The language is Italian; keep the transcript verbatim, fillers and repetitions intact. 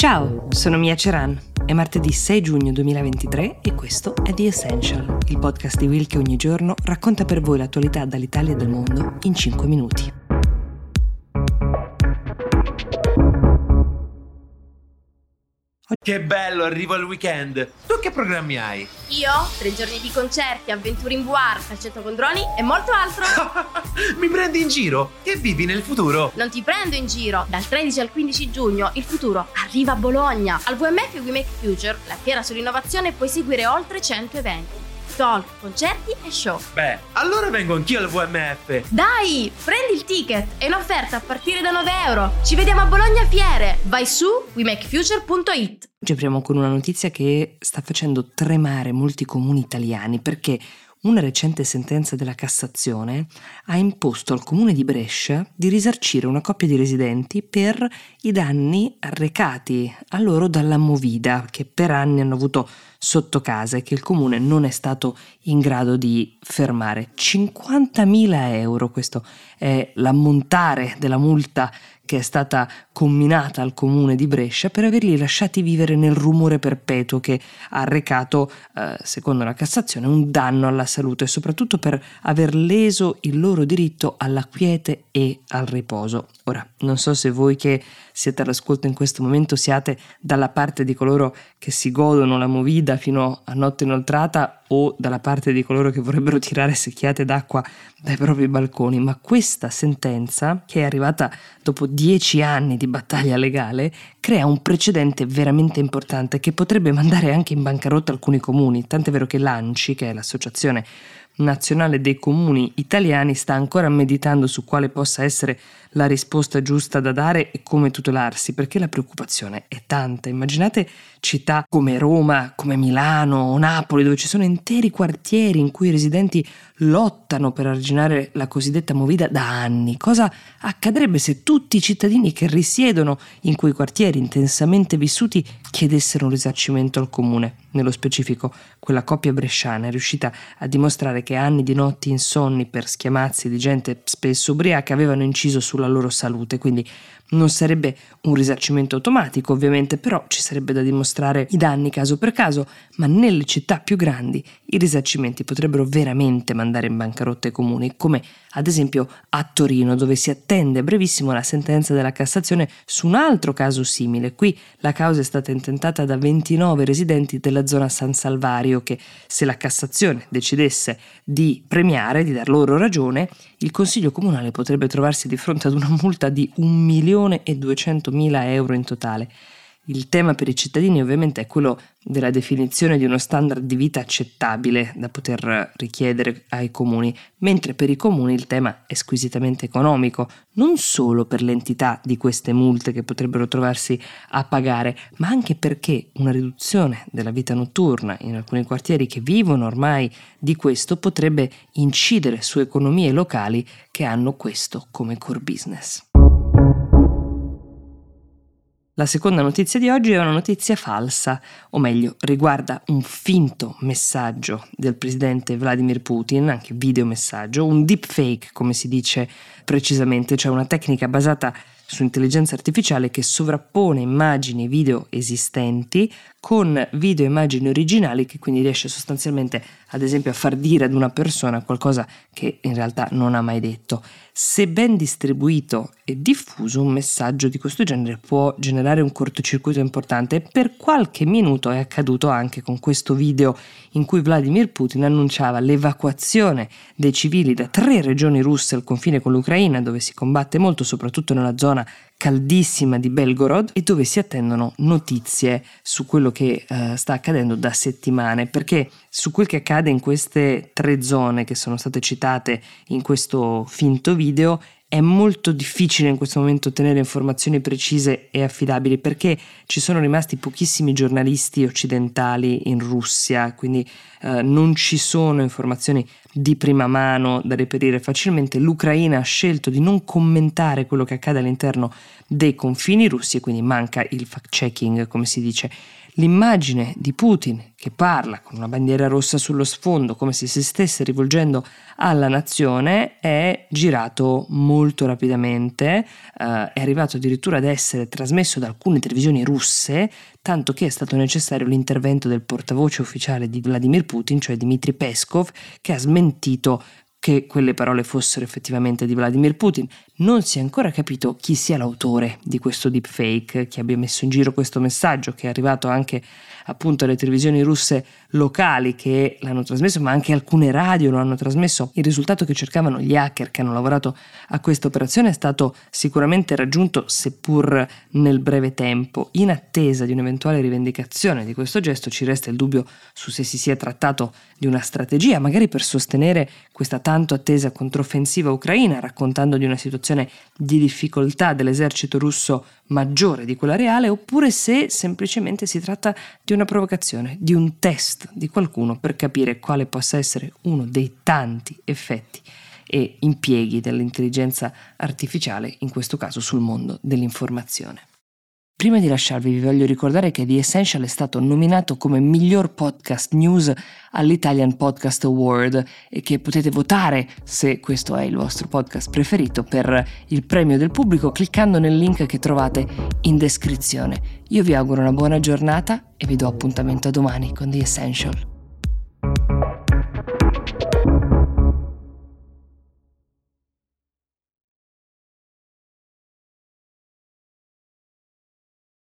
Ciao, sono Mia Ceran. È martedì sei giugno duemilaventitré e questo è The Essential, il podcast di Will che ogni giorno racconta per voi l'attualità dall'Italia e dal mondo in cinque minuti. Che bello, arrivo il weekend. Tu che programmi hai? Io? Tre giorni di concerti, avventure in V R, calcetto con droni e molto altro. Mi prendi in giro? Che vivi nel futuro? Non ti prendo in giro. Dal tredici al quindici giugno il futuro arriva a Bologna. Al V M F We Make Future, la fiera sull'innovazione, puoi seguire oltre cento eventi. Talk, concerti e show. Beh, allora vengo anch'io al V M F. Dai, prendi il ticket, è un'offerta a partire da nove euro. Ci vediamo a Bologna Fiere. Vai su we make future punto it. Oggi apriamo con una notizia che sta facendo tremare molti comuni italiani perché una recente sentenza della Cassazione ha imposto al comune di Brescia di risarcire una coppia di residenti per i danni arrecati a loro dalla movida che per anni hanno avuto sotto casa e che il comune non è stato in grado di fermare. cinquantamila euro, questo è l'ammontare della multa che è stata comminata al comune di Brescia per averli lasciati vivere nel rumore perpetuo che ha arrecato, eh, secondo la Cassazione, un danno alla salute e soprattutto per aver leso il loro diritto alla quiete e al riposo. Ora, non so se voi che siete all'ascolto in questo momento siate dalla parte di coloro che si godono la movida fino a notte inoltrata o dalla parte di coloro che vorrebbero tirare secchiate d'acqua dai propri balconi, ma questa sentenza, che è arrivata dopo dieci anni di battaglia legale, crea un precedente veramente importante che potrebbe mandare anche in bancarotta alcuni comuni, tant'è vero che l'ANCI, che è l'associazione nazionale dei comuni italiani, sta ancora meditando su quale possa essere la risposta giusta da dare e come tutelarsi, perché la preoccupazione è tanta. Immaginate città come Roma, come Milano o Napoli, dove ci sono interi quartieri in cui i residenti lottano per arginare la cosiddetta movida da anni. Cosa accadrebbe se tutti i cittadini che risiedono in quei quartieri intensamente vissuti chiedessero un risarcimento al comune? Nello specifico, quella coppia bresciana è riuscita a dimostrare che anni di notti insonni per schiamazzi di gente spesso ubriaca avevano inciso sulla loro salute, quindi non sarebbe un risarcimento automatico ovviamente, però ci sarebbe da dimostrare i danni caso per caso, ma nelle città più grandi i risarcimenti potrebbero veramente mandare in bancarotta i comuni, come ad esempio a Torino, dove si attende a brevissimo la sentenza della Cassazione su un altro caso simile. Qui la causa è stata intentata da ventinove residenti della zona San Salvario che, se la Cassazione decidesse di premiare, di dar loro ragione, il Consiglio Comunale potrebbe trovarsi di fronte ad una multa di un milione e duecentomila euro in totale. Il tema per i cittadini ovviamente è quello della definizione di uno standard di vita accettabile da poter richiedere ai comuni, mentre per i comuni il tema è squisitamente economico, non solo per l'entità di queste multe che potrebbero trovarsi a pagare, ma anche perché una riduzione della vita notturna in alcuni quartieri che vivono ormai di questo potrebbe incidere su economie locali che hanno questo come core business. La seconda notizia di oggi è una notizia falsa, o meglio, riguarda un finto messaggio del presidente Vladimir Putin, anche videomessaggio, un deepfake come si dice precisamente, cioè una tecnica basata su intelligenza artificiale che sovrappone immagini e video esistenti con video e immagini originali, che quindi riesce sostanzialmente ad esempio a far dire ad una persona qualcosa che in realtà non ha mai detto. Se ben distribuito e diffuso, un messaggio di questo genere può generare un cortocircuito importante. Per qualche minuto è accaduto anche con questo video in cui Vladimir Putin annunciava l'evacuazione dei civili da tre regioni russe al confine con l'Ucraina, dove si combatte molto, soprattutto nella zona caldissima di Belgorod, e dove si attendono notizie su quello che uh, sta accadendo da settimane, perché su quel che accade in queste tre zone che sono state citate in questo finto video è molto difficile in questo momento ottenere informazioni precise e affidabili, perché ci sono rimasti pochissimi giornalisti occidentali in Russia, quindi eh, non ci sono informazioni di prima mano da reperire facilmente. L'Ucraina ha scelto di non commentare quello che accade all'interno dei confini russi e quindi manca il fact-checking, come si dice. L'immagine di Putin che parla con una bandiera rossa sullo sfondo come se si stesse rivolgendo alla nazione è girato molto rapidamente, eh, è arrivato addirittura ad essere trasmesso da alcune televisioni russe, tanto che è stato necessario l'intervento del portavoce ufficiale di Vladimir Putin, cioè Dmitry Peskov, che ha smentito che quelle parole fossero effettivamente di Vladimir Putin. Non si è ancora capito chi sia l'autore di questo deepfake, chi abbia messo in giro questo messaggio, che è arrivato anche appunto alle televisioni russe locali che l'hanno trasmesso, ma anche alcune radio lo hanno trasmesso. Il risultato che cercavano gli hacker che hanno lavorato a questa operazione è stato sicuramente raggiunto, seppur nel breve tempo. In attesa di un'eventuale rivendicazione di questo gesto ci resta il dubbio su se si sia trattato di una strategia, magari per sostenere questa tanto attesa controffensiva ucraina, raccontando di una situazione di difficoltà dell'esercito russo maggiore di quella reale, oppure se semplicemente si tratta di una provocazione, di un test di qualcuno per capire quale possa essere uno dei tanti effetti e impieghi dell'intelligenza artificiale, in questo caso sul mondo dell'informazione. Prima di lasciarvi vi voglio ricordare che The Essential è stato nominato come miglior podcast news all'Italian Podcast Award e che potete votare, se questo è il vostro podcast preferito, per il premio del pubblico cliccando nel link che trovate in descrizione. Io vi auguro una buona giornata e vi do appuntamento a domani con The Essential.